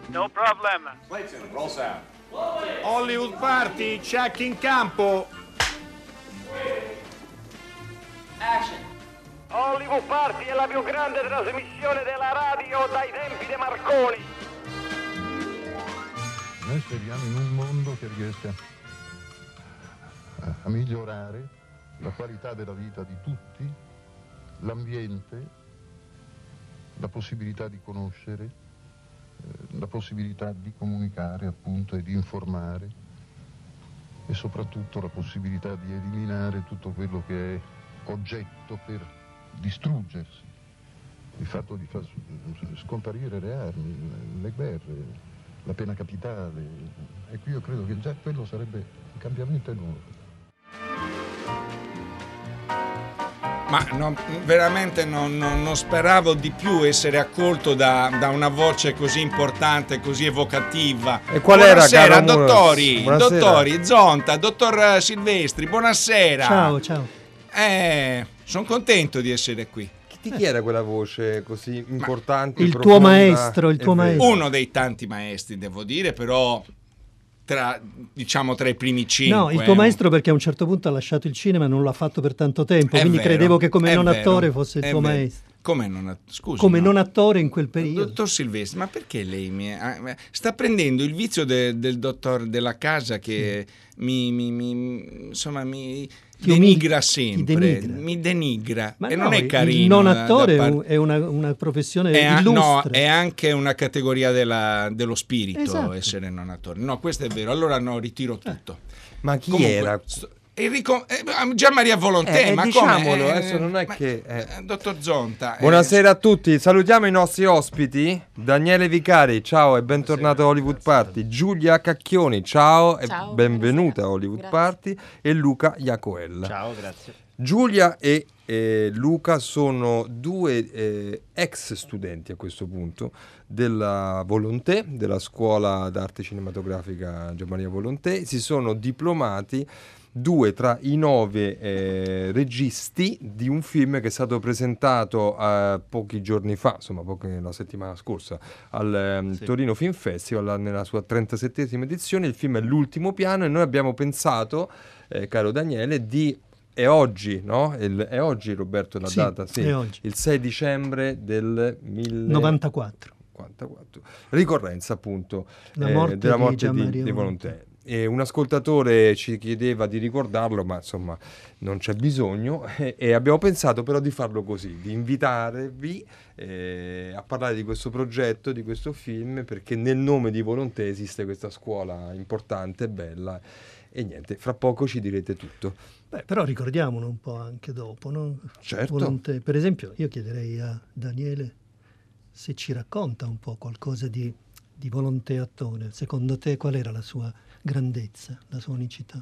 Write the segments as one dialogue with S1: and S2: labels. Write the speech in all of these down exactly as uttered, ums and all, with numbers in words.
S1: No problem.
S2: Clayton, roll sound.
S3: Hollywood Party, check in campo.
S1: Action. Hollywood Party è la più grande trasmissione della radio dai tempi di Marconi.
S4: Noi speriamo in un mondo che riesca a, a migliorare la qualità della vita di tutti, l'ambiente, la possibilità di conoscere, eh, la possibilità di comunicare appunto e di informare e soprattutto la possibilità di eliminare tutto quello che è oggetto per distruggersi, il fatto di far scomparire le armi, le guerre, la pena capitale, e qui io credo che già quello sarebbe un cambiamento enorme.
S3: Ma no, veramente non, non, non speravo di più essere accolto da, da una voce così importante, così evocativa.
S5: E qual
S3: buonasera,
S5: era, caro
S3: dottori,
S5: buonasera.
S3: dottori, Zonta, dottor Silvestri, buonasera.
S6: Ciao, ciao.
S3: Eh, sono contento di essere qui.
S5: Di chi era quella voce così importante?
S6: Il
S5: profonda,
S6: tuo maestro, il tuo maestro.
S3: Uno dei tanti maestri, devo dire, però tra, diciamo, tra i primi cinque.
S6: No, il tuo maestro perché a un certo punto ha lasciato il cinema e non l'ha fatto per tanto tempo,
S3: È
S6: quindi
S3: vero,
S6: credevo che come
S3: è
S6: non
S3: vero,
S6: attore fosse il
S3: è
S6: tuo
S3: vero.
S6: maestro.
S3: Come non, scusi,
S6: Come
S3: no.
S6: non attore in quel periodo.
S3: Dottor Silvestri, ma perché lei mi è, sta prendendo il vizio de, del dottor Della Casa che sì. mi, mi, mi insomma mi
S6: Ti
S3: denigra
S6: umili-
S3: sempre,
S6: ti denigra.
S3: mi denigra
S6: Ma
S3: e
S6: no,
S3: non è carino.
S6: il non
S3: da-
S6: attore
S3: da
S6: è
S3: par-
S6: un- è una, una professione
S3: è, a- no,
S6: illustre.
S3: è anche una categoria della- dello spirito
S6: Esatto.
S3: essere non attore. No, questo è vero. Allora no, ritiro tutto.
S5: Ma chi
S3: Comunque,
S5: era?
S3: sto- Enrico, eh, Gian Maria Volontè,
S5: Eh,
S3: ma
S5: diciamolo,
S3: come?
S5: adesso non è
S3: ma-
S5: che, eh.
S3: eh, dottor Zonta. eh,
S5: Buonasera a tutti, salutiamo i nostri ospiti. Daniele Vicari, ciao e bentornato a Hollywood Party. Giulia Cacchioni, ciao,
S7: Ciao,
S5: e benvenuta
S7: buonasera.
S5: a Hollywood
S7: Grazie.
S5: Party. E Luca Iacoella.
S8: Ciao, grazie.
S5: Giulia e eh, Luca sono due eh, ex studenti a questo punto della Volonté, della scuola d'arte cinematografica Gian Maria Volontè. Si sono diplomati due tra i nove eh, registi di un film che è stato presentato eh, pochi giorni fa, insomma poche, la settimana scorsa, al ehm,
S8: Sì.
S5: Torino Film Festival, nella sua trentasettesima edizione. Il film è L'ultimo piano e noi abbiamo pensato, eh, caro Daniele, di... È oggi, no? Il- è oggi, Roberto, la
S6: Sì,
S5: data? Sì,
S6: è oggi.
S5: il sei dicembre del mille...
S6: novantaquattro.
S5: cinquantaquattro. Ricorrenza appunto
S6: La
S5: eh,
S6: morte
S5: della
S6: di
S5: morte
S6: Gian
S5: di,
S6: Maria
S5: di
S6: Volontè.
S5: Volontè. E un ascoltatore ci chiedeva di ricordarlo, ma insomma non c'è bisogno, e, e abbiamo pensato però di farlo così, di invitarvi eh, a parlare di questo progetto, di questo film, perché nel nome di Volontè esiste questa scuola importante e bella. E niente, fra poco ci direte tutto.
S6: Beh, però ricordiamolo un po' anche dopo, no?
S5: Certo.
S6: Volontè. Per esempio, io chiederei a Daniele se ci racconta un po' qualcosa di, di Volontè attore. Secondo te qual era la sua grandezza, la sua unicità?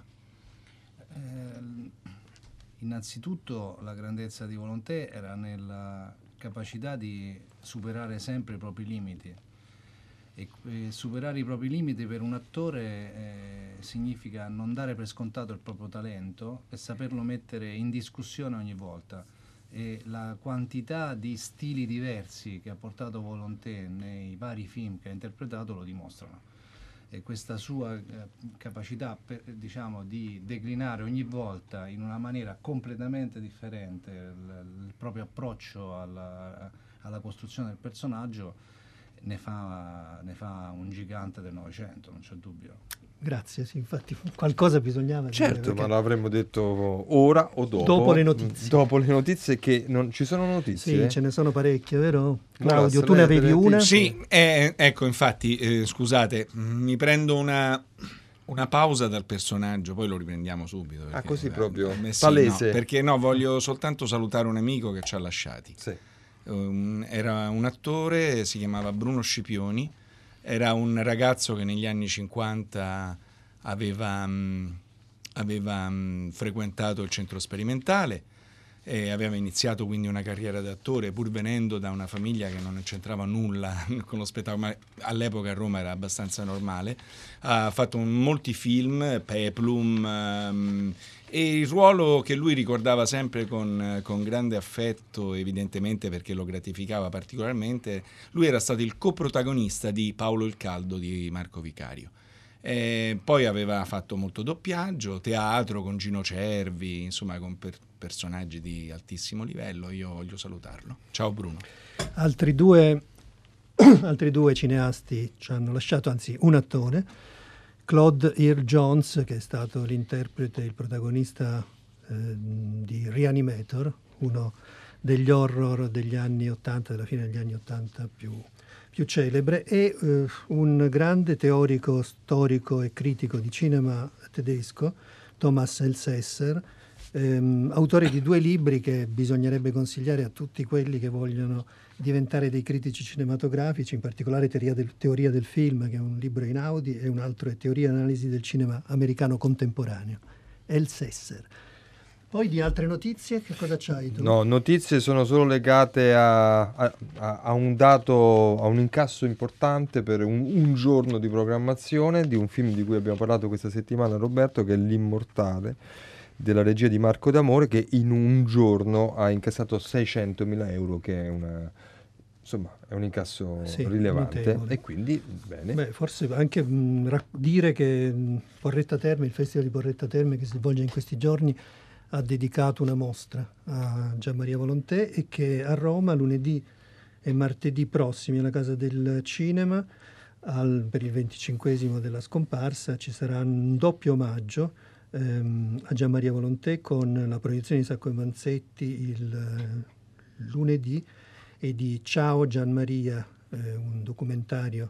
S8: Eh, innanzitutto la grandezza di Volontè era nella capacità di superare sempre i propri limiti. E eh, superare i propri limiti per un attore eh, significa non dare per scontato il proprio talento e saperlo mettere in discussione ogni volta. E la quantità di stili diversi che ha portato Volontè nei vari film che ha interpretato lo dimostrano. E questa sua eh, capacità per, diciamo, di declinare ogni volta in una maniera completamente differente il, il proprio approccio alla, alla costruzione del personaggio ne fa, ne fa un gigante del Novecento, non c'è dubbio.
S6: Grazie, sì, infatti qualcosa bisognava dire,
S5: Certo,
S6: perché-
S5: ma l'avremmo detto ora o dopo.
S6: Dopo le notizie.
S5: Dopo le notizie, che non ci sono
S6: Sì,
S5: notizie.
S6: ce ne sono parecchie, vero?
S5: Allora,
S6: Claudio,
S5: se
S6: tu ne
S5: lei
S6: avevi
S5: delle
S6: una?
S5: notizie-
S3: Sì, eh, ecco, infatti, eh, scusate, mi prendo una, una pausa dal personaggio, poi lo riprendiamo subito.
S5: Ah,
S3: perché,
S5: così
S3: eh,
S5: proprio?
S3: eh, sì,
S5: Palese?
S3: no, perché no, voglio soltanto salutare un amico che ci ha lasciati.
S5: Sì.
S3: Um, era un attore, si chiamava Bruno Scipioni, era un ragazzo che negli anni cinquanta aveva, um, aveva um, frequentato il centro sperimentale E aveva iniziato quindi una carriera d'attore, pur venendo da una famiglia che non c'entrava nulla con lo spettacolo, ma all'epoca a Roma era abbastanza normale. Ha fatto molti film, Peplum, um, e il ruolo che lui ricordava sempre con, con grande affetto, evidentemente perché lo gratificava particolarmente, lui era stato il coprotagonista di Paolo il Caldo di Marco Vicario. E poi aveva fatto molto doppiaggio, teatro con Gino Cervi, insomma con per- personaggi di altissimo livello. Io voglio salutarlo. Ciao Bruno.
S6: Altri due, altri due cineasti ci hanno lasciato, anzi un attore, Claude Earl Jones, che è stato l'interprete, il protagonista eh, di Reanimator, uno degli horror degli anni ottanta, della fine degli anni ottanta più più celebre, e eh, un grande teorico, storico e critico di cinema tedesco, Thomas Elsässer, ehm, autore di due libri che bisognerebbe consigliare a tutti quelli che vogliono diventare dei critici cinematografici, in particolare Teoria del, Teoria del film, che è un libro in Audi, e un altro è Teoria e analisi del cinema americano contemporaneo. Elsässer. Poi di altre notizie, che cosa c'hai tu?
S5: No, notizie sono solo legate a, a, a un dato, a un incasso importante per un, un giorno di programmazione di un film di cui abbiamo parlato questa settimana, Roberto, che è L'Immortale, della regia di Marco D'Amore, che in un giorno ha incassato seicentomila euro, che è una... Insomma, è un incasso sì, rilevante, notevole. E quindi bene.
S6: Beh, forse anche mh, rac- dire che mh, Porretta Terme, il Festival di Porretta Terme che si svolge in questi giorni, ha dedicato una mostra a Gianmaria Volonté, e che a Roma lunedì e martedì prossimi alla Casa del Cinema al, per il venticinquesimo della scomparsa ci sarà un doppio omaggio ehm, a Gianmaria Volonté, con la proiezione di Sacco e Manzetti il eh, lunedì, e di Ciao Gianmaria, eh, un documentario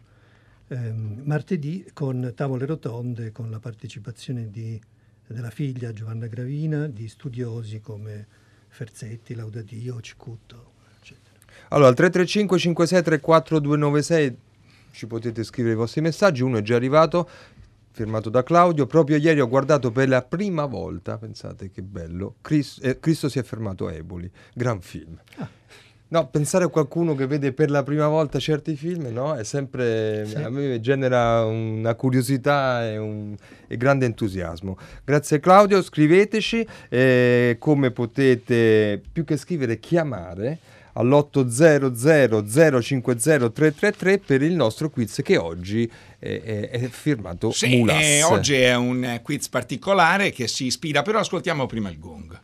S6: ehm, martedì, con tavole rotonde con la partecipazione di della figlia Giovanna Gravina, di studiosi come Ferzetti, Laudadio, Cicutto, eccetera.
S5: Allora, al tre tre cinque cinque sei tre quattro due nove sei ci potete scrivere i vostri messaggi. Uno è già arrivato, firmato da Claudio. Proprio ieri ho guardato per la prima volta, pensate che bello, Cristo, eh, Cristo si è fermato a Eboli, gran film. Ah. No, pensare a qualcuno che vede per la prima volta certi film, no? È sempre, sì. A me genera una curiosità e un e grande entusiasmo. Grazie Claudio, scriveteci, eh, come potete, più che scrivere, chiamare all'otto zero zero zero cinque zero tre tre tre per il nostro quiz, che oggi è, è, è firmato
S3: sì,
S5: Mulas.
S3: Eh, oggi è un quiz particolare che si ispira, però ascoltiamo prima il gong.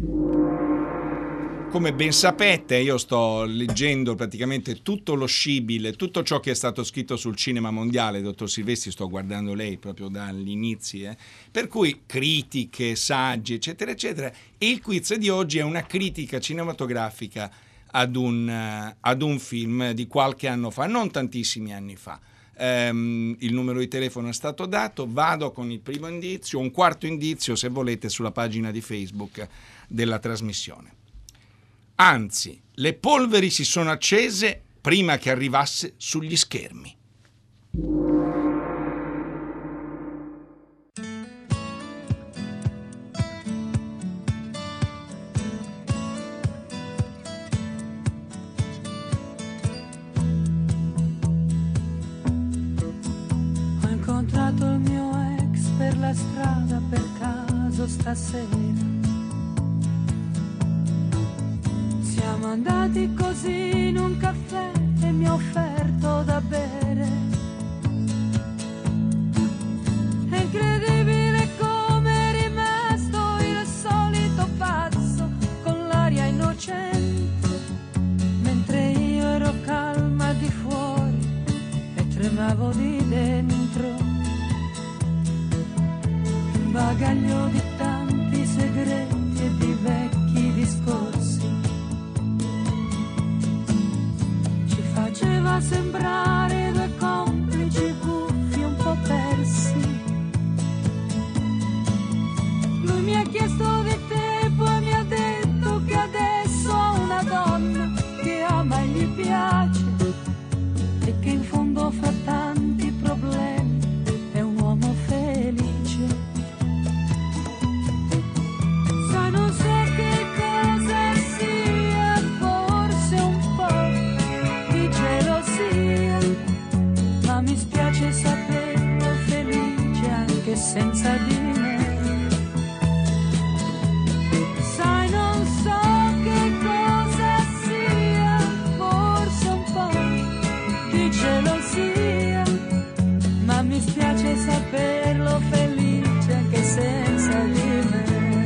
S3: Come ben sapete, io sto leggendo praticamente tutto lo scibile, tutto ciò che è stato scritto sul cinema mondiale. Dottor Silvestri, sto guardando lei proprio dagli inizi, eh? Per cui critiche, saggi, eccetera, eccetera. E il quiz di oggi è una critica cinematografica ad un, uh, ad un film di qualche anno fa, non tantissimi anni fa. Um, il numero di telefono è stato dato, vado con il primo indizio, un quarto indizio se volete sulla pagina di Facebook della trasmissione. Anzi, le polveri si sono accese prima che arrivasse sugli schermi.
S2: Ho incontrato il mio ex per la strada per caso stasera. Siamo andati così in un caffè e mi ha offerto da bere. È incredibile come è rimasto il solito pazzo con l'aria innocente, mentre io ero calma di fuori e tremavo di dentro. Un bagaglio di tanti segreti e di vecchi discorsi faceva sembrare due complici buffi un po' persi. Lui mi ha chiesto di te, poi mi ha detto che adesso ha una donna che ama e gli piace, e che in fondo fra tanti problemi è un uomo felice. Sai, non so che cosa spiace saperlo felice anche senza di me. Sai, non so che cosa sia, forse un po' di gelosia, ma mi spiace saperlo felice anche senza di me.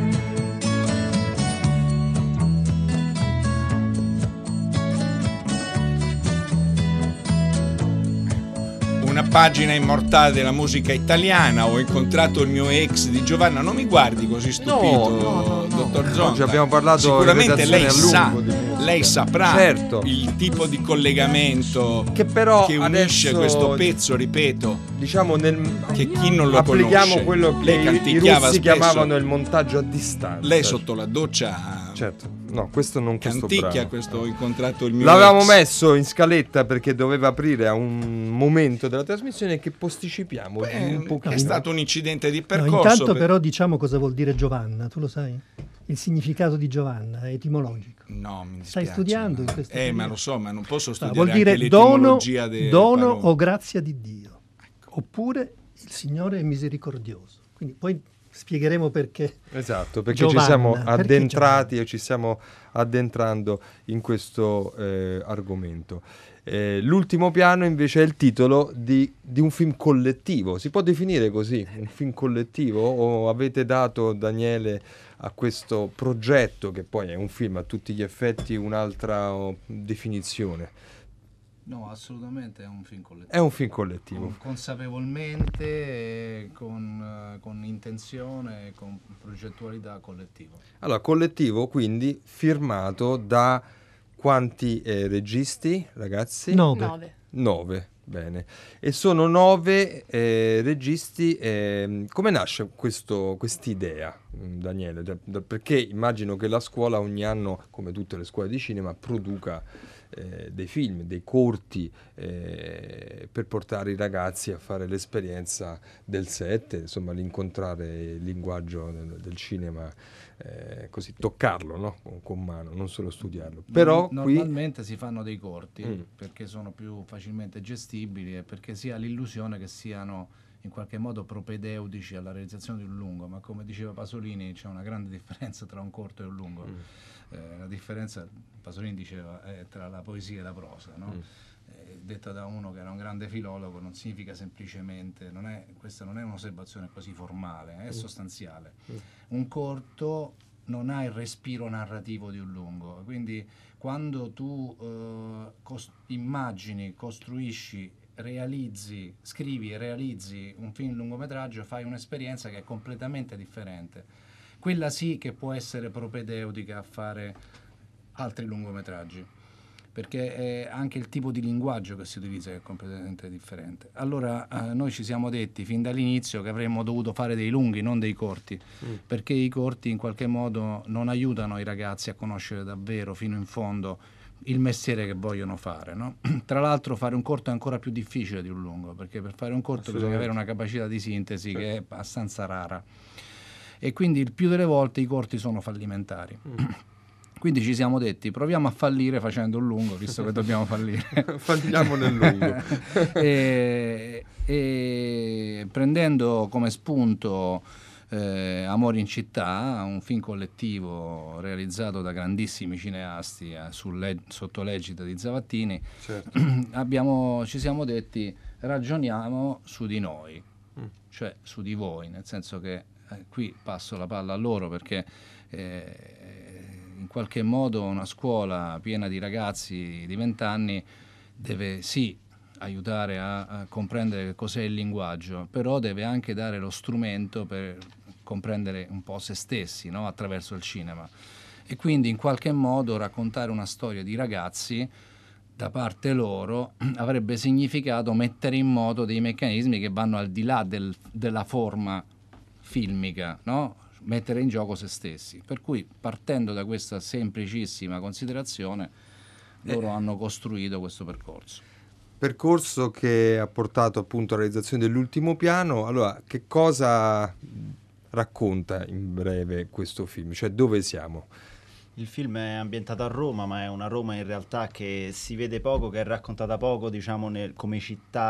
S3: Una pagina immortale della musica italiana. Ho incontrato il mio ex di Giovanna. Non mi guardi così stupito,
S5: No, no, no, no.
S3: dottor Zonta.
S5: Oggi abbiamo parlato
S3: Sicuramente
S5: in
S3: lei
S5: redazione a
S3: sa,
S5: lungo di musica.
S3: lei saprà
S5: Certo.
S3: il tipo di collegamento
S5: Che però
S3: che unisce
S5: adesso,
S3: questo pezzo, ripeto,
S5: diciamo, nel
S3: che chi non lo
S5: applichiamo
S3: conosce.
S5: quello che
S3: lei
S5: i, i
S3: canticchiava
S5: russi
S3: spesso.
S5: chiamavano il montaggio a distanza.
S3: Lei sotto la doccia
S5: Certo. No, questo non questo
S3: canticchia
S5: brano.
S3: questo. Ho incontrato il mio
S5: L'avevamo
S3: ex.
S5: messo in scaletta perché doveva aprire a un momento della trasmissione che posticipiamo
S3: Beh,
S5: un pochino.
S3: è stato un incidente di
S6: No,
S3: percorso.
S6: intanto
S3: per-
S6: però diciamo cosa vuol dire Giovanna, tu lo sai? Il significato di Giovanna è etimologico.
S3: No, mi
S6: Stai
S3: dispiace,
S6: studiando
S3: ma-
S6: in questo
S3: Eh,
S6: periodo?
S3: ma lo so, ma non posso
S6: Ah,
S3: studiare
S6: vuol
S3: anche
S6: dire dono,
S3: l'etimologia delle
S6: dono
S3: parole.
S6: o grazia di Dio, oppure il Signore è misericordioso. Quindi poi spiegheremo perché.
S5: Esatto, perché
S6: Giovanna,
S5: ci siamo
S6: perché
S5: addentrati e ci stiamo addentrando in questo eh, argomento. Eh, l'ultimo piano invece è il titolo di, di un film collettivo. Si può definire così, un film collettivo? O avete dato, Daniele, a questo progetto, che poi è un film a tutti gli effetti, un'altra oh, definizione?
S8: No, assolutamente è un film collettivo.
S5: È un film collettivo.
S8: Con- consapevolmente, eh, con, eh, con intenzione, con progettualità collettiva.
S5: Allora, collettivo quindi firmato da quanti eh, registi, ragazzi?
S6: Nove.
S7: Nove.
S5: Nove, bene. E sono nove eh, registi. eh, come nasce questo, quest'idea, mh, Daniele? Da- da- perché immagino che la scuola ogni anno, come tutte le scuole di cinema, produca eh, dei film, dei corti eh, per portare i ragazzi a fare l'esperienza del set, insomma, l'incontrare il linguaggio del, del cinema, eh, così toccarlo, no? con, con mano, non solo studiarlo. Però
S8: No-
S5: qui
S8: normalmente si fanno dei corti
S5: Mm.
S8: perché sono più facilmente gestibili e perché si ha l'illusione che siano in qualche modo propedeutici alla realizzazione di un lungo, ma come diceva Pasolini c'è una grande differenza tra un corto e un lungo.
S5: Mm.
S8: Eh, la differenza, Pasolini diceva, è tra la poesia e la prosa, no?
S5: Mm.
S8: Eh, detta da uno che era un grande filologo, non significa semplicemente, non è, questa non è un'osservazione così formale, è sostanziale. Un corto non ha il respiro narrativo di un lungo, quindi quando tu eh, cos- immagini, costruisci, realizzi, scrivi e realizzi un film lungometraggio, fai un'esperienza che è completamente differente. Quella sì che può essere propedeutica a fare altri lungometraggi, perché è anche il tipo di linguaggio che si utilizza che è completamente differente. Allora eh, noi ci siamo detti fin dall'inizio che avremmo dovuto fare dei lunghi, non dei corti,
S5: Mm.
S8: perché i corti in qualche modo non aiutano i ragazzi a conoscere davvero fino in fondo il mestiere che vogliono fare, no? Tra l'altro fare un corto è ancora più difficile di un lungo, perché per fare un corto bisogna avere una capacità di sintesi che è abbastanza rara, e quindi il più delle volte i corti sono fallimentari. Quindi ci siamo detti proviamo a fallire facendo un lungo, visto che dobbiamo fallire.
S5: falliamo nel lungo.
S8: e, e prendendo come spunto eh, Amore in città, un film collettivo realizzato da grandissimi cineasti eh, sul leg- sotto l'egida di Zavattini,
S5: Certo.
S8: abbiamo, ci siamo detti ragioniamo su di noi,
S5: Mm.
S8: cioè su di voi, nel senso che eh, qui passo la palla a loro, perché eh, in qualche modo una scuola piena di ragazzi di vent'anni deve sì aiutare a, a comprendere che cos'è il linguaggio, però deve anche dare lo strumento per comprendere un po' se stessi, no? Attraverso il cinema, e quindi in qualche modo raccontare una storia di ragazzi da parte loro avrebbe significato mettere in moto dei meccanismi che vanno al di là del, della forma filmica, no? Mettere in gioco se stessi. Per cui, partendo da questa semplicissima considerazione, loro
S5: Eh.
S8: hanno costruito questo percorso.
S5: Percorso che ha portato appunto alla realizzazione dell'ultimo piano. Allora, che cosa racconta in breve questo film? Cioè, dove siamo?
S9: Il film è ambientato a Roma, ma è una Roma in realtà che si vede poco, che è raccontata poco, diciamo, nel- come città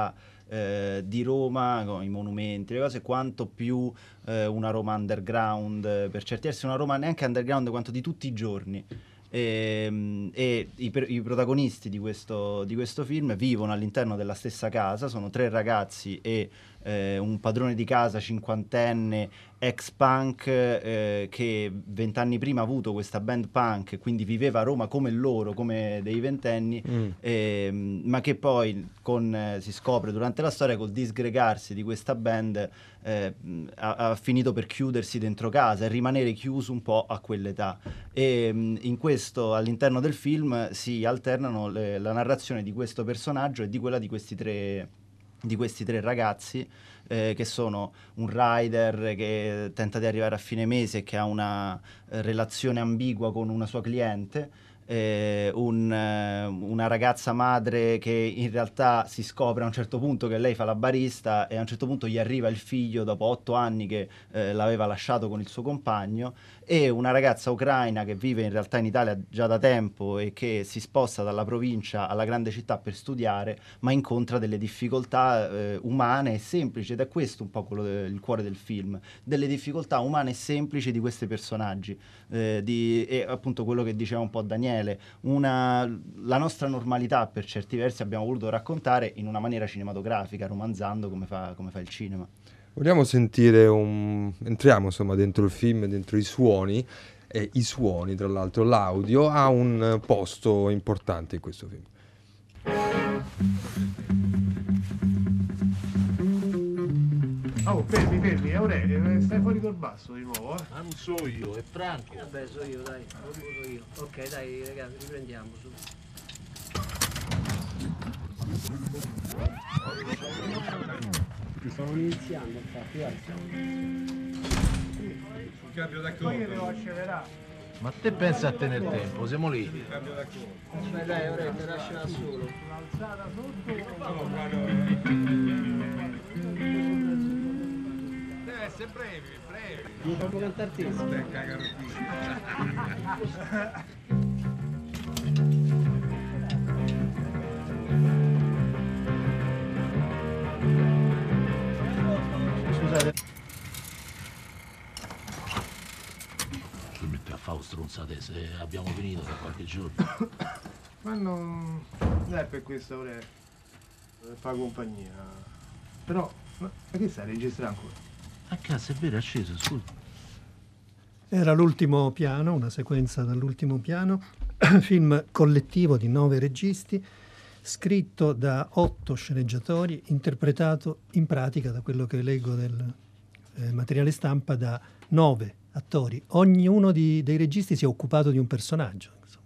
S9: eh, di Roma, con i monumenti, le cose, quanto più eh, una Roma underground, eh, per certi versi una Roma neanche underground quanto di tutti i giorni. E, e i, i protagonisti di questo, di questo film vivono all'interno della stessa casa, sono tre ragazzi e eh, un padrone di casa cinquantenne ex punk eh, che vent'anni prima ha avuto questa band punk, quindi viveva a Roma come loro, come dei ventenni, mm. eh, ma che poi con, eh, si scopre durante la storia col disgregarsi di questa band eh, ha, ha finito per chiudersi dentro casa e rimanere chiuso un po' a quell'età. E in questo, all'interno del film, si alternano le, la narrazione di questo personaggio e di quella di questi tre di questi tre ragazzi eh, che sono un rider che tenta di arrivare a fine mese e che ha una eh, relazione ambigua con una sua cliente, eh, un, eh, una ragazza madre che in realtà si scopre a un certo punto che lei fa la barista e a un certo punto gli arriva il figlio dopo otto anni che eh, l'aveva lasciato con il suo compagno, e una ragazza ucraina che vive in realtà in Italia già da tempo e che si sposta dalla provincia alla grande città per studiare, ma incontra delle difficoltà eh, umane e semplici, ed è questo un po' quello de- il cuore del film, delle difficoltà umane e semplici di questi personaggi, eh, di, e appunto quello che diceva un po' Daniele, una, la nostra normalità per certi versi abbiamo voluto raccontare in una maniera cinematografica, romanzando come fa, come fa il cinema.
S5: Vogliamo sentire un... entriamo insomma dentro il film, dentro i suoni, e i suoni tra l'altro, l'audio ha un posto importante in questo film.
S7: Oh, fermi, fermi, Aurelio, stai fuori col basso di nuovo, eh?
S10: Ma non so io, è Franco.
S11: Vabbè, so io, dai, lo so io. Ok, dai, ragazzi, riprendiamo su. Stavo iniziando, infatti, dai.
S7: Cambio d'accordo. Poi io devo accelerare.
S10: Ma te pensa a tenere tempo, siamo lì.
S7: Cambio d'accordo.
S11: Vabbè, dai, ora ti lascio da solo.
S7: L'alzata sotto. Deve essere breve, breve.
S11: Mi faccio cantarti.
S7: Aspetta, carotino.
S10: Scusate. Che mette a fare stronzate se abbiamo finito da qualche giorno.
S7: Ma non è per questo, Aurelio. Fa compagnia. Però, ma che stai registrando ancora?
S10: A cazzo, è vero, è acceso, scusa.
S6: Era l'ultimo piano, una sequenza dall'ultimo piano, film collettivo di nove registi, scritto da otto sceneggiatori, interpretato in pratica, da quello che leggo del eh, materiale stampa, da nove attori. Ognuno di, dei registi si è occupato di un personaggio. Insomma.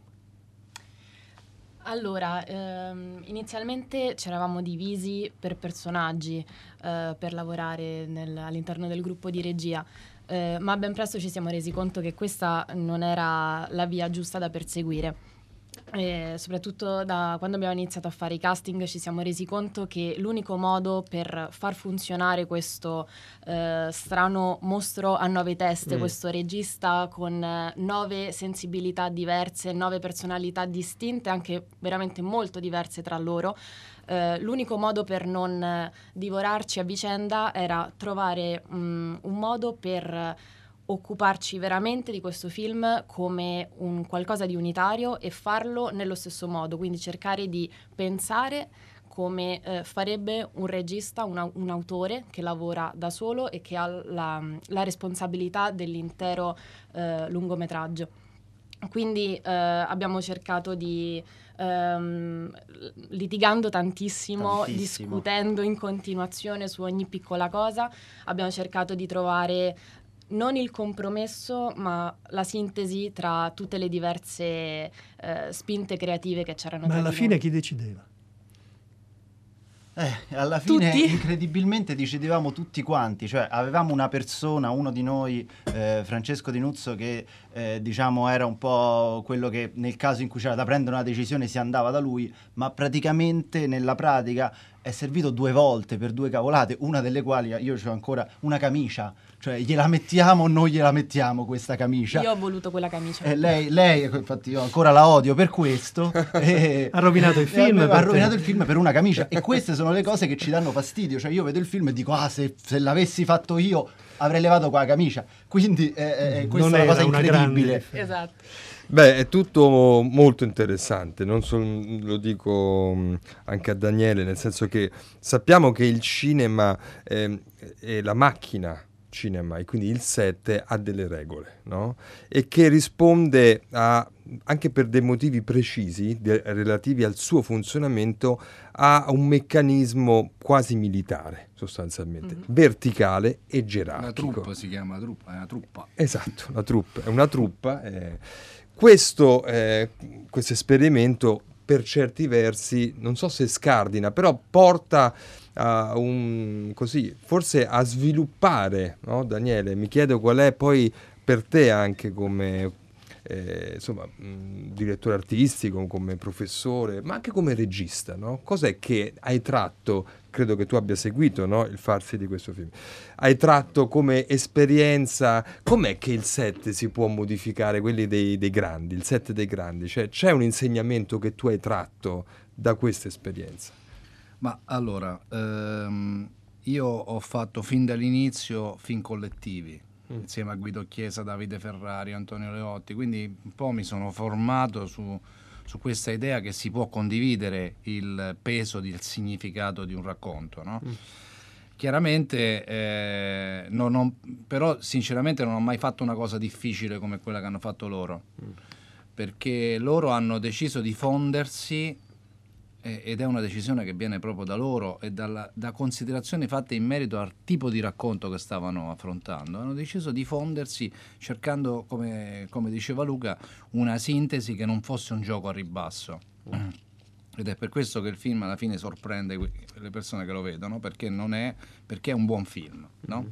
S12: Allora, ehm, inizialmente ci eravamo divisi per personaggi eh, per lavorare nel, all'interno del gruppo di regia, eh, ma ben presto ci siamo resi conto che questa non era la via giusta da perseguire. E soprattutto da quando abbiamo iniziato a fare i casting ci siamo resi conto che l'unico modo per far funzionare questo eh, strano mostro a nove teste, mm. questo regista con eh, nove sensibilità diverse, nove personalità distinte, anche veramente molto diverse tra loro, eh, l'unico modo per non eh, divorarci a vicenda era trovare mh, un modo per occuparci veramente di questo film come un qualcosa di unitario e farlo nello stesso modo, quindi cercare di pensare come eh, farebbe un regista, una, un autore che lavora da solo e che ha la, la responsabilità dell'intero eh, lungometraggio. Quindi eh, abbiamo cercato di, ehm, litigando tantissimo, tantissimo, discutendo in continuazione su ogni piccola cosa, abbiamo cercato di trovare non il compromesso, ma la sintesi tra tutte le diverse eh, spinte creative che c'erano.
S6: Ma alla fine chi decideva?
S9: Eh, alla fine
S12: tutti?
S9: Incredibilmente decidevamo tutti quanti, cioè avevamo una persona, uno di noi, eh, Francesco Di Nuzzo, che eh, diciamo era un po' quello che nel caso in cui c'era da prendere una decisione si andava da lui, ma praticamente nella pratica è servito due volte per due cavolate, una delle quali io ho ancora una camicia, cioè gliela mettiamo o non gliela mettiamo questa camicia?
S12: Io ho voluto quella camicia.
S9: E lei, lei, infatti io ancora la odio per questo. e,
S6: ha rovinato il film.
S9: Ha rovinato il film per una camicia. E queste sono le cose che ci danno fastidio. Cioè io vedo il film e dico, ah, se, se l'avessi fatto io avrei levato qua la camicia. Quindi eh, eh, questa
S6: non
S9: è una cosa
S6: una
S9: incredibile.
S12: Esatto.
S5: Beh, è tutto molto interessante, non solo, lo dico anche a Daniele, nel senso che sappiamo che il cinema eh, è la macchina cinema e quindi il set ha delle regole, no? E che risponde a, anche per dei motivi precisi de, relativi al suo funzionamento, a un meccanismo quasi militare sostanzialmente, mm-hmm. verticale e gerarchico.
S8: La truppa si chiama truppa, è una truppa.
S5: Esatto, la truppa, è una truppa. Eh. Questo, eh, questo esperimento per certi versi, non so se scardina, però porta a un, così, forse a sviluppare, no, Daniele? Mi chiedo qual è poi per te anche come eh, insomma, mh, direttore artistico, come professore, ma anche come regista, no? Cos'è che hai tratto, credo che tu abbia seguito, no, il farsi di questo film, hai tratto come esperienza, com'è che il set si può modificare, quelli dei, dei grandi, il set dei grandi, cioè c'è un insegnamento che tu hai tratto da questa esperienza?
S8: Ma allora, ehm, io ho fatto fin dall'inizio film collettivi, mm. insieme a Guido Chiesa, Davide Ferrari, Antonio Leotti, quindi un po' mi sono formato su, su questa idea che si può condividere il peso del significato di un racconto, no? Mm. Chiaramente, eh, non ho, però sinceramente non ho mai fatto una cosa difficile come quella che hanno fatto loro, mm. perché loro hanno deciso di fondersi, ed è una decisione che viene proprio da loro e dalla, da considerazioni fatte in merito al tipo di racconto che stavano affrontando. Hanno deciso di fondersi cercando, come, come diceva Luca, una sintesi che non fosse un gioco a ribasso. Mm. Ed è per questo che il film alla fine sorprende le persone che lo vedono, perché non è, perché è un buon film, no? Mm.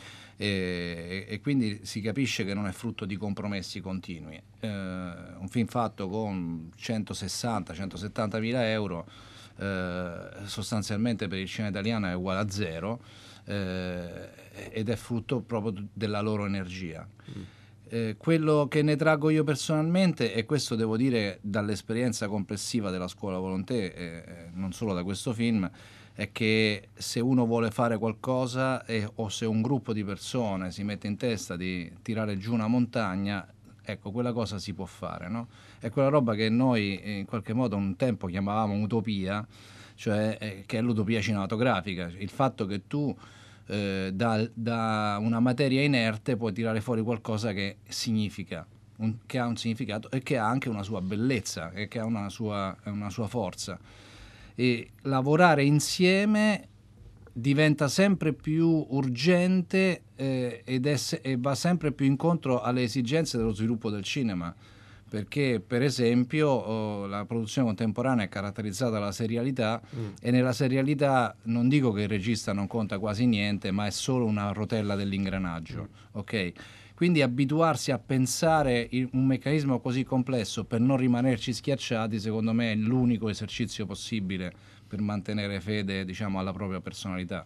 S8: E, e quindi si capisce che non è frutto di compromessi continui. Eh, un film fatto con centosessanta centosettanta mila euro eh, sostanzialmente per il cinema italiano è uguale a zero, eh, ed è frutto proprio della loro energia. Mm. Eh, quello che ne traggo io personalmente, e questo devo dire dall'esperienza complessiva della Scuola Volonté, eh, non solo da questo film, è che se uno vuole fare qualcosa eh, o se un gruppo di persone si mette in testa di tirare giù una montagna, ecco, quella cosa si può fare, no? È quella roba che noi eh, in qualche modo un tempo chiamavamo utopia, cioè eh, che è l'utopia cinematografica, il fatto che tu eh, da, da una materia inerte puoi tirare fuori qualcosa che significa, un, che ha un significato e che ha anche una sua bellezza e che ha una sua, una sua forza. E lavorare insieme diventa sempre più urgente eh, ed è, e va sempre più incontro alle esigenze dello sviluppo del cinema, perché per esempio oh, la produzione contemporanea è caratterizzata dalla serialità mm. e nella serialità non dico che il regista non conta quasi niente, ma è solo una rotella dell'ingranaggio, mm. ok? Quindi abituarsi a pensare un meccanismo così complesso per non rimanerci schiacciati, secondo me è l'unico esercizio possibile per mantenere fede, diciamo, alla propria personalità.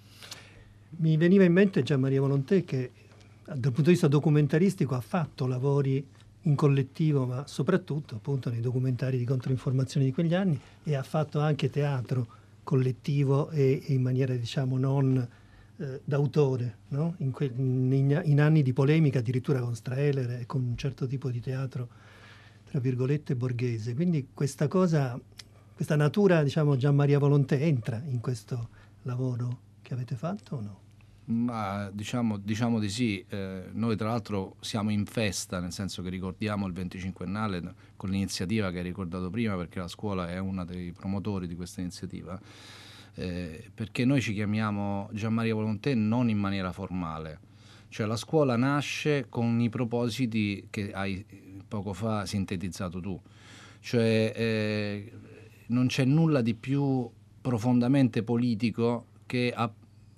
S6: Mi veniva in mente Gian Maria Volonté che dal punto di vista documentaristico ha fatto lavori in collettivo, ma soprattutto appunto nei documentari di controinformazione di quegli anni, e ha fatto anche teatro collettivo e in maniera, diciamo, non eh, d'autore, no? In, que- in, in anni di polemica addirittura con Strehler e con un certo tipo di teatro tra virgolette borghese. Quindi questa cosa, questa natura, diciamo, Gian Maria Volonté entra in questo lavoro che avete fatto o no?
S8: Ma diciamo, diciamo di sì. Eh, noi tra l'altro siamo in festa, nel senso che ricordiamo il venticinquennale con l'iniziativa che hai ricordato prima, perché la scuola è uno dei promotori di questa iniziativa, eh, perché noi ci chiamiamo Gian Maria Volonté non in maniera formale, cioè la scuola nasce con i propositi che hai poco fa sintetizzato tu, cioè eh, non c'è nulla di più profondamente politico che a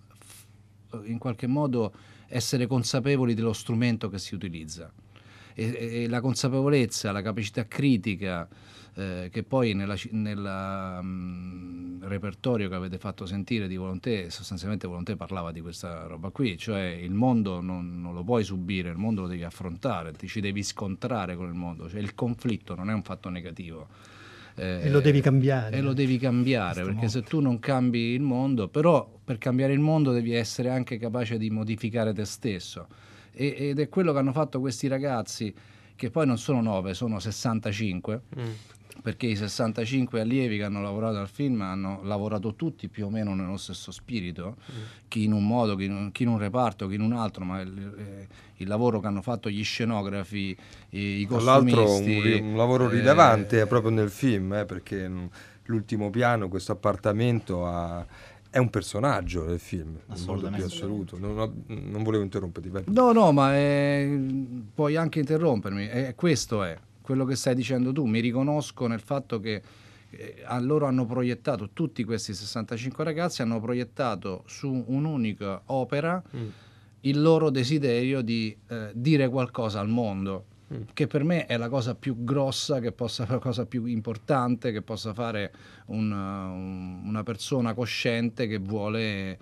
S8: in qualche modo essere consapevoli dello strumento che si utilizza, e, e la consapevolezza, la capacità critica, eh, che poi nel um, repertorio che avete fatto sentire di Volonté, sostanzialmente Volonté parlava di questa roba qui, cioè il mondo non, non lo puoi subire, il mondo lo devi affrontare, ti ci devi scontrare con il mondo, cioè il conflitto non è un fatto negativo.
S6: Eh, e lo devi cambiare.
S8: E lo devi cambiare, perché mondo. Se tu non cambi il mondo, però per cambiare il mondo devi essere anche capace di modificare te stesso. E, ed è quello che hanno fatto questi ragazzi, che poi non sono nove, sono sessantacinque, mm. perché i sessantacinque allievi che hanno lavorato al film hanno lavorato tutti più o meno nello stesso spirito, mm. chi in un modo, chi in, chi in un reparto, chi in un altro, ma il, eh, il lavoro che hanno fatto gli scenografi, i, i costumisti.
S5: Tra l'altro un, un lavoro rilevante eh, proprio nel film, eh, perché l'ultimo piano, questo appartamento ha... è un personaggio del film, in modo più assoluto. Non, ho, non volevo interromperti. Vai.
S8: No, no, ma è, puoi anche interrompermi. È, questo è quello che stai dicendo tu. Mi riconosco nel fatto che eh, a loro hanno proiettato, tutti questi sessantacinque ragazzi hanno proiettato su un'unica opera mm. il loro desiderio di eh, dire qualcosa al mondo. Che per me è la cosa più grossa, che possa fare la cosa più importante che possa fare un, un, una persona cosciente che vuole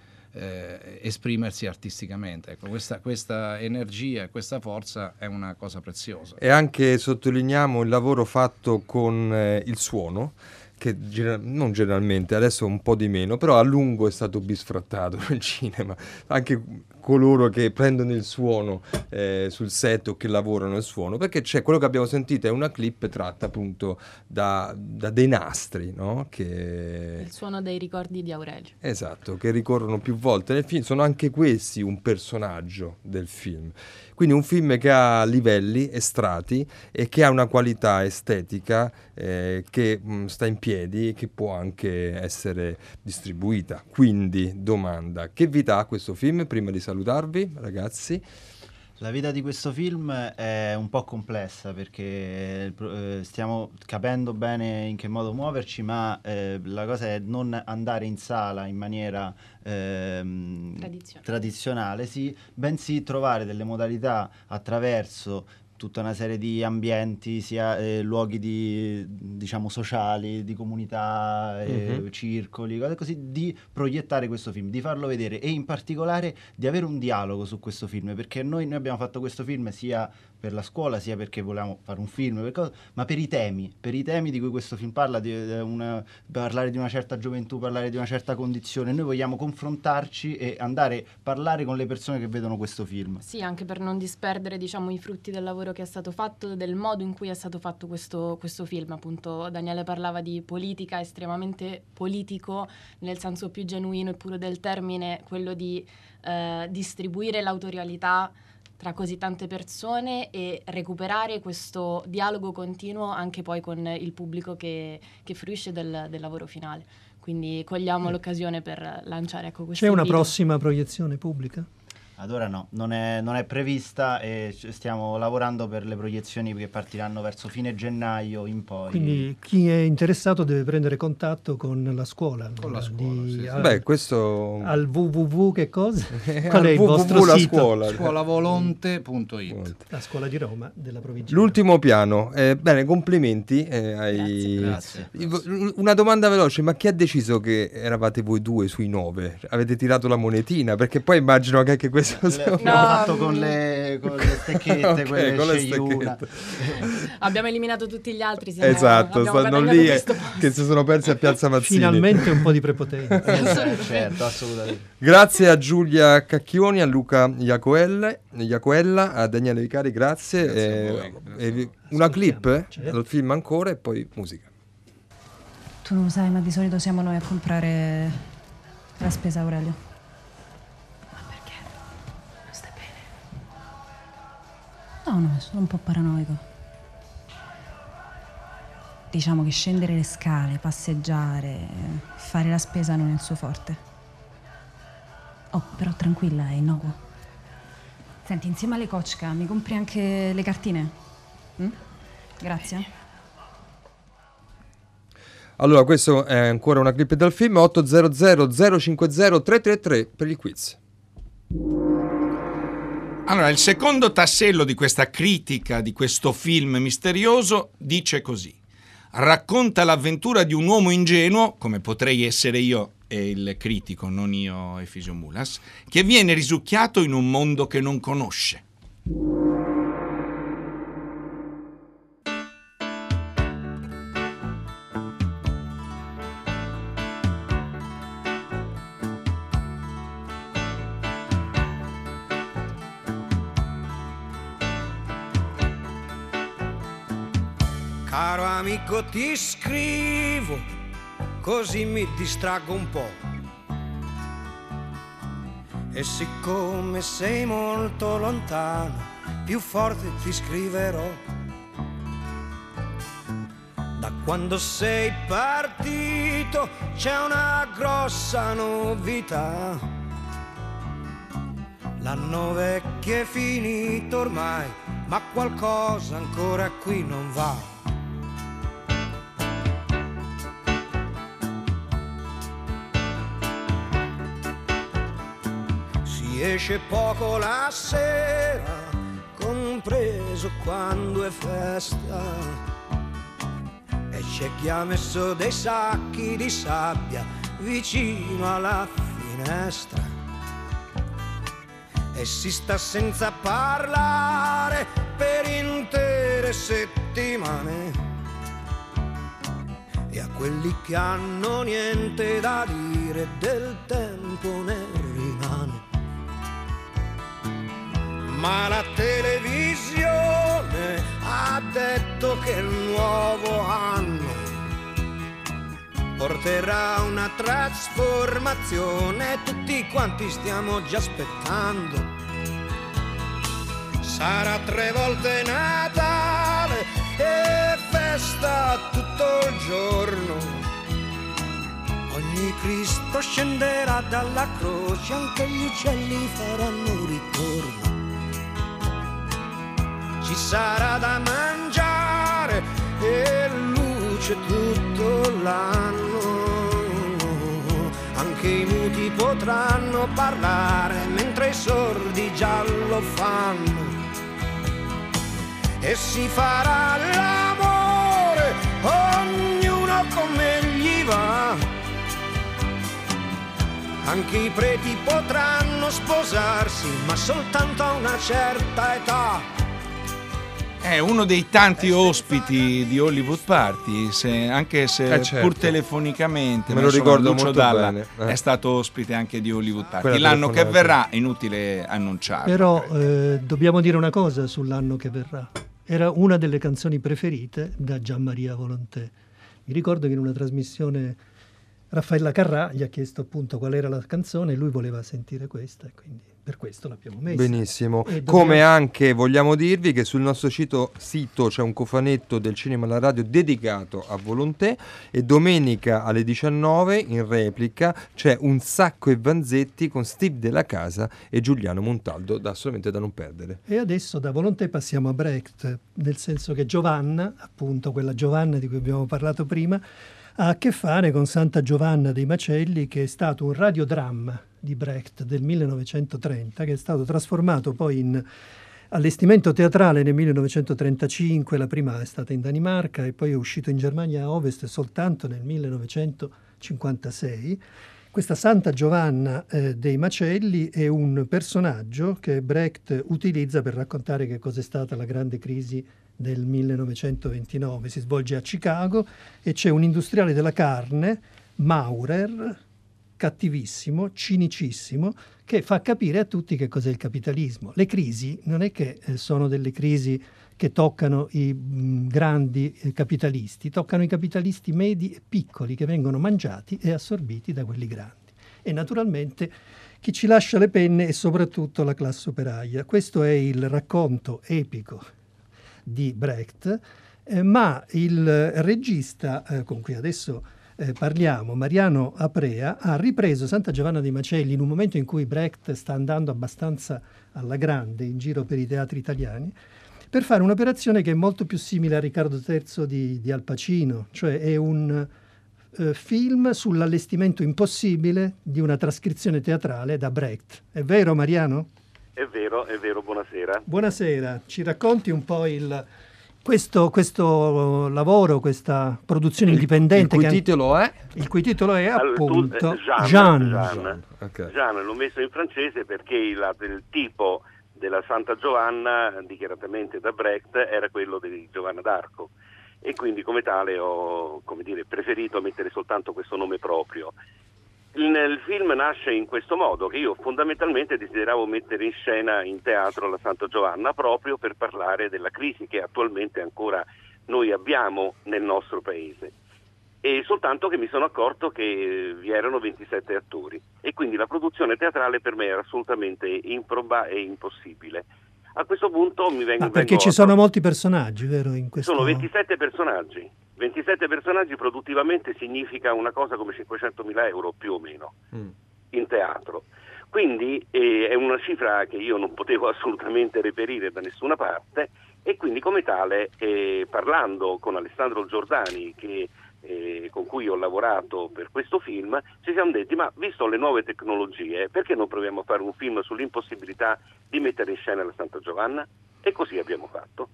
S8: eh, esprimersi artisticamente. Ecco, questa, questa energia e questa forza è una cosa preziosa.
S5: E anche sottolineiamo il lavoro fatto con eh, il suono, che gener- non generalmente, adesso un po' di meno, però a lungo è stato bisfrattato nel cinema. Anche coloro che prendono il suono eh, sul set o che lavorano il suono, perché c'è quello che abbiamo sentito, è una clip tratta appunto da, da dei nastri, no? Che...
S12: il suono dei ricordi di Aurelio.
S5: Esatto, che ricorrono più volte nel film, sono anche questi un personaggio del film. Quindi un film che ha livelli e strati e che ha una qualità estetica eh, che mh, sta in piedi e che può anche essere distribuita. Quindi, domanda, che vita ha questo film prima di salutarvi, ragazzi?
S9: La vita di questo film è un po' complessa perché eh, stiamo capendo bene in che modo muoverci, ma eh, la cosa è non andare in sala in maniera ehm,
S12: tradizionale,
S9: tradizionale sì, bensì trovare delle modalità attraverso tutta una serie di ambienti, sia eh, luoghi di, diciamo, sociali, di comunità, eh, uh-huh. circoli, cose così, di proiettare questo film, di farlo vedere e in particolare di avere un dialogo su questo film, perché noi, noi abbiamo fatto questo film sia per la scuola, sia perché volevamo fare un film, per cosa, ma per i temi, per i temi di cui questo film parla, di, di una, parlare di una certa gioventù, parlare di una certa condizione. Noi vogliamo confrontarci e andare a parlare con le persone che vedono questo film.
S12: Sì, anche per non disperdere, diciamo, i frutti del lavoro che è stato fatto, del modo in cui è stato fatto questo, questo film. Appunto Daniele parlava di politica, estremamente politico nel senso più genuino e puro del termine, quello di eh, distribuire l'autorialità tra così tante persone e recuperare questo dialogo continuo anche poi con il pubblico che, che fruisce del, del lavoro finale. Quindi cogliamo l'occasione per lanciare, ecco, questo
S6: C'è una
S12: invito.
S6: Prossima proiezione pubblica?
S9: Ad ora no, non è, non è prevista e stiamo lavorando per le proiezioni che partiranno verso fine gennaio in poi.
S6: Quindi chi è interessato deve prendere contatto con la scuola.
S8: Con la scuola,
S6: di,
S8: sì, sì.
S6: Al,
S5: Beh, questo...
S6: al www che cosa? Qual è il
S5: www
S6: vostro
S5: la
S6: sito?
S5: Scuola.
S8: Scuolavolonte punto it.
S6: La scuola di Roma della provincia.
S5: L'ultimo piano. Eh, bene, complimenti. Eh, ai...
S9: Grazie, grazie.
S5: Una domanda veloce, ma chi ha deciso che eravate voi due sui nove? Avete tirato la monetina? Perché poi immagino che anche questo...
S9: Le, no. fatto con le, con le stecchette, okay, quelle
S5: con le
S9: stecchette.
S12: Abbiamo eliminato tutti gli altri. Siamo,
S5: esatto, stanno lì e, che si sono persi a Piazza Mazzini.
S6: Finalmente un po' di prepotenza.
S9: eh, certo, assolutamente.
S5: Grazie a Giulia Cacchioni, a Luca Iacoella, Iacoella a Daniele Vicari, grazie.
S8: grazie
S5: eh,
S8: voi, grazie
S5: eh, una clip
S6: certo.
S5: dal film ancora e poi musica.
S13: Tu non lo sai, ma di solito siamo noi a comprare la spesa, Aurelio. No, no, sono un po' paranoico. Diciamo che scendere le scale, passeggiare, fare la spesa non è il suo forte. Oh, però tranquilla, è innocuo. Senti, insieme alle Kochka mi compri anche le cartine? Mm? Grazie.
S5: Allora, questo è ancora una clip dal film. Otto zero zero zero cinque zero tre tre tre per il quiz.
S3: Allora, il secondo tassello di questa critica di questo film misterioso dice così: racconta l'avventura di un uomo ingenuo, come potrei essere io e il critico, non io Efisio Mulas, che viene risucchiato in un mondo che non conosce.
S14: Caro amico, ti scrivo, così mi distraggo un po'. E siccome sei molto lontano, più forte ti scriverò. Da quando sei partito c'è una grossa novità. L'anno vecchio è finito ormai, ma qualcosa ancora qui non va. Si esce poco la sera, compreso quando è festa, e c'è chi ha messo dei sacchi di sabbia vicino alla finestra, e si sta senza parlare per intere settimane, e a quelli che hanno niente da dire del tempo ne rimane. Ma la televisione ha detto che il nuovo anno porterà una trasformazione, tutti quanti stiamo già aspettando. Sarà tre volte Natale e festa tutto il giorno. Ogni Cristo scenderà dalla croce, anche gli uccelli faranno ritorno. Ci sarà da mangiare e luce tutto l'anno. Anche i muti potranno parlare mentre i sordi già lo fanno. E si farà l'amore, ognuno come gli va. Anche i preti potranno sposarsi, ma soltanto a una certa età.
S3: È uno dei tanti ospiti di Hollywood Party, se, anche se
S5: eh certo.
S3: pur telefonicamente.
S5: Me lo ricordo
S3: Lucio
S5: molto
S3: Dalla
S5: bene. Eh.
S3: È stato ospite anche di Hollywood Party.
S5: Quella
S3: L'anno che
S5: telefonata.
S3: verrà, inutile annunciarlo.
S6: Però eh, dobbiamo dire una cosa sull'anno che verrà. Era una delle canzoni preferite da Gianmaria Volonté. Mi ricordo che in una trasmissione Raffaella Carrà gli ha chiesto appunto qual era la canzone e lui voleva sentire questa, e quindi per questo l'abbiamo messa.
S5: Benissimo.
S6: E dobbiamo...
S5: Come anche vogliamo dirvi che sul nostro sito, sito c'è un cofanetto del Cinema alla Radio dedicato a Volonté, e domenica alle diciannove in replica c'è Un Sacco e Vanzetti con Steve Della Casa e Giuliano Montaldo, da assolutamente da non perdere.
S6: E adesso da Volonté passiamo a Brecht, nel senso che Giovanna, appunto quella Giovanna di cui abbiamo parlato prima, ha a che fare con Santa Giovanna dei Macelli, che è stato un radiodramma di Brecht del millenovecentotrenta, che è stato trasformato poi in allestimento teatrale nel millenovecentotrentacinque. La prima è stata in Danimarca e poi è uscito in Germania Ovest soltanto nel millenovecentocinquantasei. Questa Santa Giovanna eh, dei Macelli è un personaggio che Brecht utilizza per raccontare che cos'è stata la grande crisi del millenovecentoventinove. Si svolge a Chicago e c'è un industriale della carne, Maurer, cattivissimo, cinicissimo, che fa capire a tutti che cos'è il capitalismo. Le crisi non è che eh, sono delle crisi che toccano i mh, grandi eh, capitalisti, toccano i capitalisti medi e piccoli che vengono mangiati e assorbiti da quelli grandi. E naturalmente chi ci lascia le penne è soprattutto la classe operaia. Questo è il racconto epico di Brecht, eh, ma il regista eh, con cui adesso eh, parliamo, Mariano Aprea, ha ripreso Santa Giovanna dei Macelli in un momento in cui Brecht sta andando abbastanza alla grande in giro per i teatri italiani, per fare un'operazione che è molto più simile a Riccardo terzo di, di Al Pacino, cioè è un eh, film sull'allestimento impossibile di una trascrizione teatrale da Brecht. È vero, Mariano?
S15: È vero, è vero, buonasera.
S6: Buonasera, ci racconti un po' il, questo, questo lavoro, questa produzione indipendente...
S5: Il cui
S6: che
S5: titolo è?
S6: Il cui titolo è
S1: Allora,
S6: appunto
S1: tu, eh, Jean.
S6: Jean.
S1: Jean.
S5: Jean. Okay.
S1: Jean l'ho messo in francese perché il, il tipo della Santa Giovanna, dichiaratamente da Brecht, era quello di Giovanna d'Arco. E quindi come tale ho, come dire, preferito mettere soltanto questo nome proprio. Il, il film nasce in questo modo, che io fondamentalmente desideravo mettere in scena in teatro la Santa Giovanna proprio per parlare della crisi che attualmente ancora noi abbiamo nel nostro paese. E soltanto che mi sono accorto che vi erano ventisette attori e quindi la produzione teatrale per me era assolutamente improba e impossibile. A questo punto mi vengo...
S6: Ah, perché
S1: vengo
S6: ci
S1: a...
S6: sono molti personaggi, vero? In questo...
S1: Sono ventisette personaggi. ventisette personaggi produttivamente significa una cosa come cinquecentomila euro più o meno mm. in teatro. Quindi eh, è una cifra che io non potevo assolutamente reperire da nessuna parte e quindi come tale, eh, parlando con Alessandro Giordani, che Eh, con cui ho lavorato per questo film, ci siamo detti: ma visto le nuove tecnologie, perché non proviamo a fare un film sull'impossibilità di mettere in scena la Santa Giovanna? E così abbiamo fatto.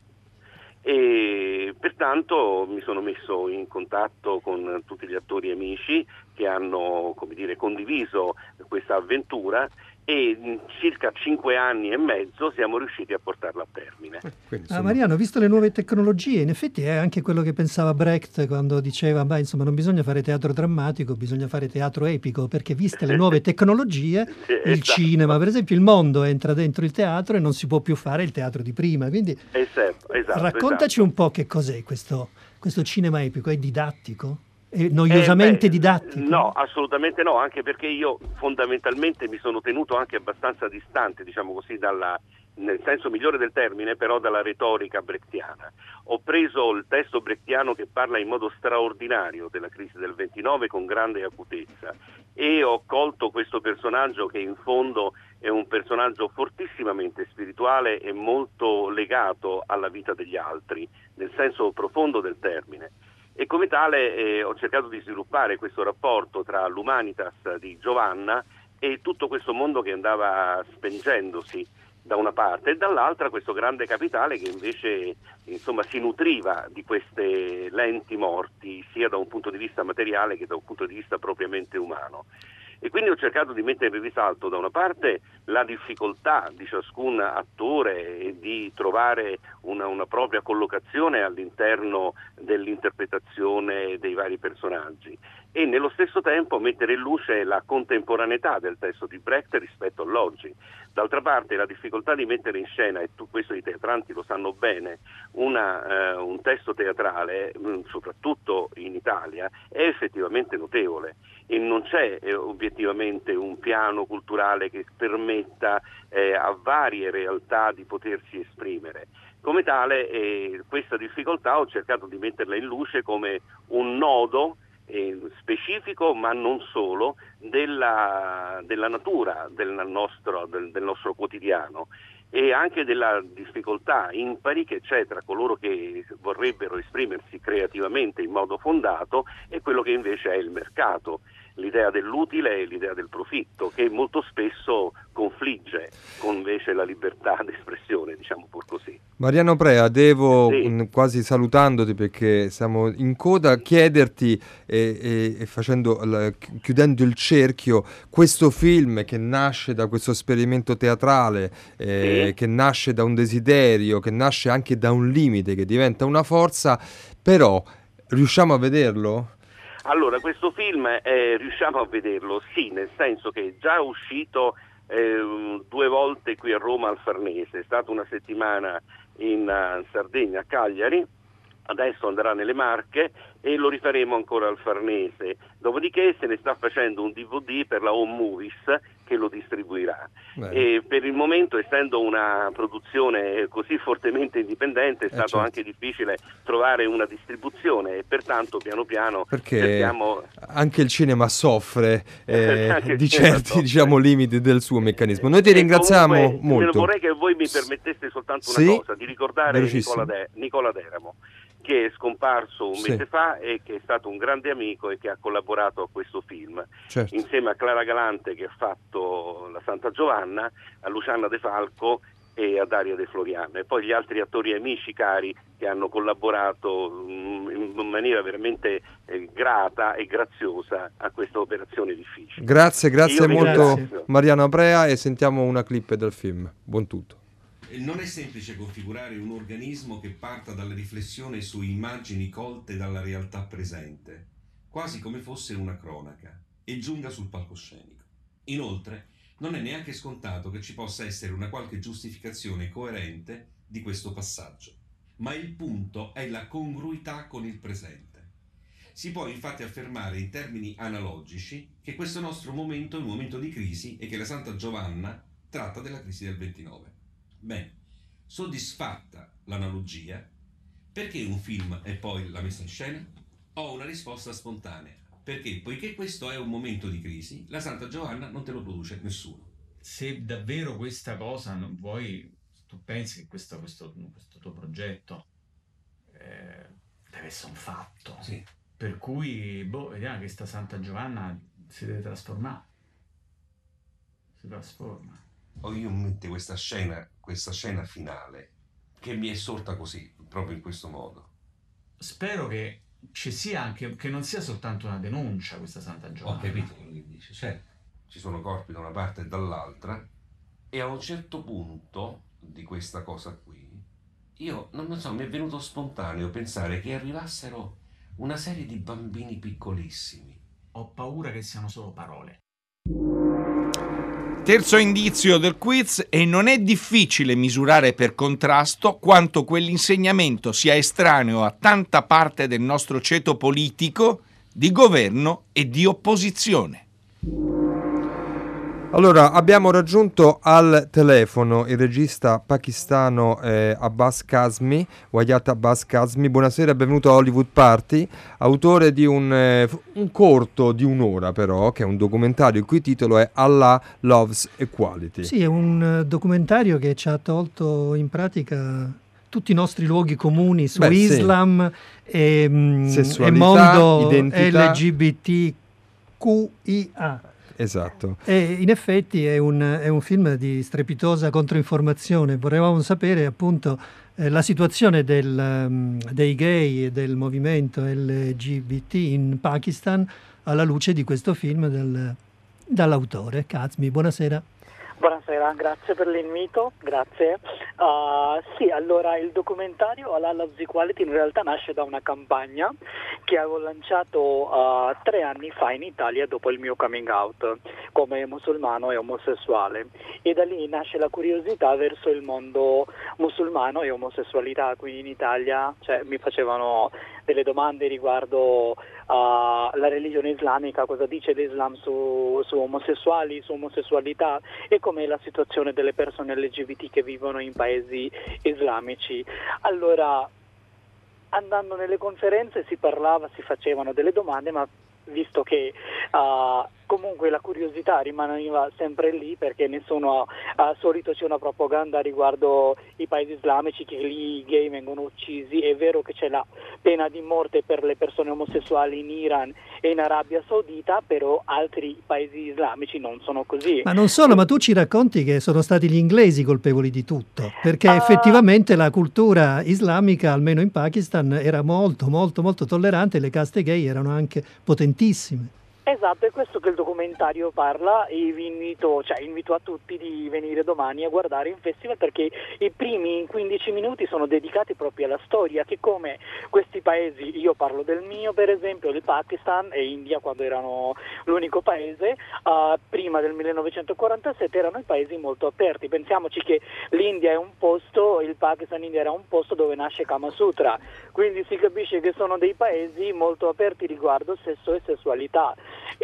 S1: E pertanto mi sono messo in contatto con tutti gli attori amici che hanno, come dire, condiviso questa avventura e in circa cinque anni e mezzo siamo riusciti a portarla a termine.
S6: Quindi, ah, Mariano, visto le nuove tecnologie, in effetti è anche quello che pensava Brecht quando diceva: beh, insomma, non bisogna fare teatro drammatico, bisogna fare teatro epico, perché viste le nuove tecnologie,
S1: sì,
S6: il
S1: esatto.
S6: cinema, per esempio, il mondo entra dentro il teatro e non si può più fare il teatro di prima. Quindi
S1: esatto, esatto,
S6: raccontaci
S1: esatto.
S6: un po' che cos'è questo, questo cinema epico. È didattico? È noiosamente
S1: eh, beh,
S6: didattico?
S1: No, assolutamente no, anche perché io fondamentalmente mi sono tenuto anche abbastanza distante, diciamo così, dalla, nel senso migliore del termine, però dalla retorica brechtiana. Ho preso il testo brechtiano che parla in modo straordinario della crisi del ventinove con grande acutezza e ho colto questo personaggio che in fondo è un personaggio fortissimamente spirituale e molto legato alla vita degli altri, nel senso profondo del termine. E come tale eh, ho cercato di sviluppare questo rapporto tra l'Humanitas di Giovanna e tutto questo mondo che andava spengendosi da una parte e dall'altra questo grande capitale che invece insomma si nutriva di queste lenti morti sia da un punto di vista materiale che da un punto di vista propriamente umano. E quindi ho cercato di mettere in risalto da una parte la difficoltà di ciascun attore e di trovare una, una propria collocazione all'interno dell'interpretazione dei vari personaggi e nello stesso tempo mettere in luce la contemporaneità del testo di Brecht rispetto all'oggi. D'altra parte la difficoltà di mettere in scena, e tu questo i teatranti lo sanno bene, una, eh, un testo teatrale, mh, soprattutto in Italia, è effettivamente notevole e non c'è eh, obiettivamente un piano culturale che permetta eh, a varie realtà di potersi esprimere. Come tale eh, questa difficoltà ho cercato di metterla in luce come un nodo eh, specifico, ma non solo, della, della natura del nostro, del, del nostro quotidiano e anche della difficoltà impari che c'è tra coloro che vorrebbero esprimersi creativamente in modo fondato e quello che invece è il mercato, l'idea dell'utile e l'idea del profitto, che molto spesso confligge con invece la libertà d'espressione, diciamo pur così.
S5: Mariano Prea, devo
S1: sì.
S5: mh, quasi salutandoti perché siamo in coda, chiederti e, e, e facendo la, chiudendo il cerchio, questo film che nasce da questo esperimento teatrale, eh, sì. che nasce da un desiderio, che nasce anche da un limite, che diventa una forza, però riusciamo a vederlo?
S1: Allora, questo film eh, riusciamo a vederlo, sì, nel senso che è già uscito eh, due volte qui a Roma al Farnese, è stata una settimana in uh, Sardegna, a Cagliari, adesso andrà nelle Marche e lo rifaremo ancora al Farnese, dopodiché se ne sta facendo un D V D per la Home Movies che lo distribuirà. Bene. E per il momento, essendo una produzione così fortemente indipendente, è stato eh certo. anche difficile trovare una distribuzione e pertanto piano piano
S5: perché
S1: cerchiamo...
S5: anche il cinema soffre eh, di certi soffre. diciamo limiti del suo meccanismo. Noi ti e ringraziamo
S1: comunque,
S5: molto.
S1: Vorrei che voi mi permetteste soltanto una
S5: sì?
S1: cosa, di ricordare Nicola, De- Nicola Deramo, che è scomparso un
S5: sì.
S1: mese fa e che è stato un grande amico e che ha collaborato a questo film,
S5: certo.
S1: insieme a Clara Galante che ha fatto la Santa Giovanna, a Luciana De Falco e a Daria De Floriano, e poi gli altri attori amici cari che hanno collaborato mh, in maniera veramente eh, grata e graziosa a questa operazione difficile.
S5: Grazie, grazie
S1: Io
S5: molto
S1: ringrazio.
S5: Mariano Aprea, e sentiamo una clip del film. Buon tutto.
S15: Non è semplice configurare un organismo che parta dalla riflessione su immagini colte dalla realtà presente, quasi come fosse una cronaca, e giunga sul palcoscenico. Inoltre, non è neanche scontato che ci possa essere una qualche giustificazione coerente di questo passaggio, ma il punto è la congruità con il presente. Si può infatti affermare in termini analogici che questo nostro momento è un momento di crisi e che la Santa Giovanna tratta della crisi del ventinove. Bene, soddisfatta l'analogia, perché un film è poi la messa in scena? Ho una risposta spontanea, perché poiché questo è un momento di crisi, la Santa Giovanna non te lo produce nessuno.
S16: Se davvero questa cosa non vuoi, tu pensi che questo, questo, questo tuo progetto eh, deve essere un fatto,
S15: sì.
S16: Per cui, boh, vediamo che sta Santa Giovanna si deve trasformare, si trasforma.
S15: Ho io in mente questa scena, questa scena finale, che mi è sorta così, proprio in questo modo.
S16: Spero che ci sia anche, che non sia soltanto una denuncia questa Santa Giovanna.
S15: Ho capito quello che dice, cioè ci sono corpi da una parte e dall'altra, e a un certo punto di questa cosa qui, io non lo so, mi è venuto spontaneo pensare che arrivassero una serie di bambini piccolissimi.
S16: Ho paura che siano solo parole.
S3: Terzo indizio del quiz: e non è difficile misurare per contrasto quanto quell'insegnamento sia estraneo a tanta parte del nostro ceto politico, di governo e di opposizione.
S5: Allora, abbiamo raggiunto al telefono il regista pakistano eh, Abbas Kazmi, Wayat Abbas Kazmi. Buonasera, benvenuto a Hollywood Party, autore di un, eh, un corto di un'ora però, che è un documentario il cui titolo è Allah Loves Equality.
S6: Sì, è un uh, documentario che ci ha tolto in pratica tutti i nostri luoghi comuni su
S5: Beh,
S6: Islam
S5: sì.
S6: e, mh, e
S5: Sessualità,
S6: mondo
S5: identità.
S6: L G B T Q I A.
S5: Esatto.
S6: E in effetti è un, è un film di strepitosa controinformazione. Vorremmo sapere appunto eh, la situazione del, um, dei gay e del movimento L G B T in Pakistan alla luce di questo film del, dall'autore Kazmi. Buonasera.
S17: Buonasera, grazie per l'invito, grazie. Uh, sì, allora il documentario Allah Loves Equality in realtà nasce da una campagna che avevo lanciato uh, tre anni fa in Italia dopo il mio coming out come musulmano e omosessuale, e da lì nasce la curiosità verso il mondo musulmano e omosessualità qui in Italia. Cioè, mi facevano delle domande riguardo Uh, la religione islamica, cosa dice l'Islam su, su omosessuali, su omosessualità, e com'è la situazione delle persone L G B T che vivono in paesi islamici. Allora, andando nelle conferenze si parlava, si facevano delle domande, ma visto che uh, comunque la curiosità rimaneva sempre lì, perché nessuno al solito c'è una propaganda riguardo i paesi islamici che lì i gay vengono uccisi. È vero che c'è la pena di morte per le persone omosessuali in Iran e in Arabia Saudita, però altri paesi islamici non sono così.
S6: Ma non solo, ma tu ci racconti che sono stati gli inglesi colpevoli di tutto, perché
S17: uh,
S6: effettivamente la cultura islamica, almeno in Pakistan, era molto molto molto tollerante e le caste gay erano anche potentissime.
S17: Esatto, è questo che il documentario parla, e vi invito, cioè invito a tutti di venire domani a guardare in festival, perché i primi quindici minuti sono dedicati proprio alla storia, che come questi paesi, io parlo del mio per esempio, il Pakistan e India quando erano l'unico paese, uh, prima del millenovecentoquarantasette erano i paesi molto aperti. Pensiamoci che l'India è un posto, il Pakistan India era un posto dove nasce Kama Sutra, quindi si capisce che sono dei paesi molto aperti riguardo sesso e sessualità.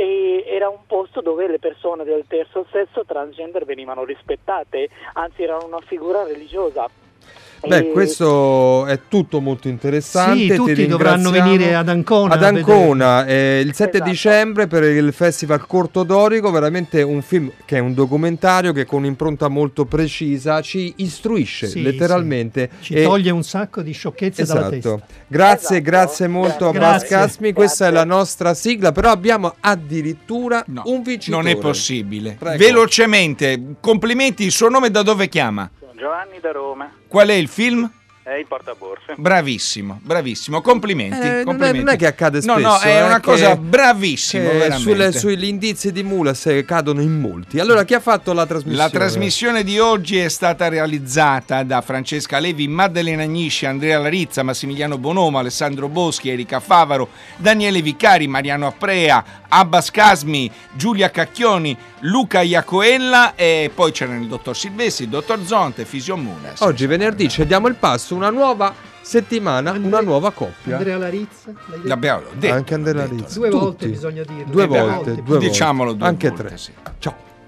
S17: E era un posto dove le persone del terzo sesso transgender venivano rispettate, anzi erano una figura religiosa.
S5: Beh,
S17: E-
S5: questo è tutto molto interessante.
S6: Sì,
S5: ti
S6: tutti dovranno
S5: ringraziamo.
S6: venire ad Ancona
S5: Ad
S6: a
S5: Ancona, eh, il sette
S17: Esatto.
S5: dicembre per il Festival Corto Dorico. Veramente un film che è un documentario che con un'impronta molto precisa ci istruisce
S6: Sì,
S5: letteralmente.
S6: Ci
S5: e-
S6: toglie un sacco di sciocchezze dalla testa.
S5: Esatto. Grazie,
S17: Esatto.
S5: grazie molto a
S6: Grazie.
S5: Abbas Kazmi. Questa è la nostra sigla, però abbiamo addirittura
S3: No,
S5: un vincitore.
S3: non è possibile.
S5: Prego.
S3: Velocemente, complimenti, il suo nome, da dove chiama?
S18: Giovanni Giovanni da Roma.
S3: Qual è il film?
S18: È il portaborse.
S3: Bravissimo, bravissimo, complimenti.
S5: Eh, non, è,
S3: complimenti.
S5: non è che accade spesso.
S3: No, no, è
S5: eh,
S3: una
S5: che,
S3: cosa bravissima.
S5: che sulle, sugli indizi di Mulas cadono in molti. Allora, chi ha fatto la trasmissione?
S3: La trasmissione di oggi è stata realizzata da Francesca Levi, Maddalena Agnisci, Andrea Larizza, Massimiliano Bonomo, Alessandro Boschi, Erika Favaro, Daniele Vicari, Mariano Apprea, Abbas Casmi, Giulia Cacchioni, Luca Iacoella e poi c'erano il dottor Silvestri, il dottor Zonte, Fisio Mulas.
S5: Oggi venerdì cediamo il passo, una nuova settimana,
S6: Andre-
S5: una nuova coppia.
S6: Andrea Larizza? l'hai detto?
S3: L'abbiamo detto.
S5: Anche Andrea Larizza.
S6: Due volte
S5: Tutti.
S6: bisogna dirlo.
S5: Due
S6: Due
S5: volte,
S6: volte.
S5: due volte.
S3: Diciamolo due
S5: Anche
S3: volte,
S5: tre.
S3: sì.
S5: Ciao.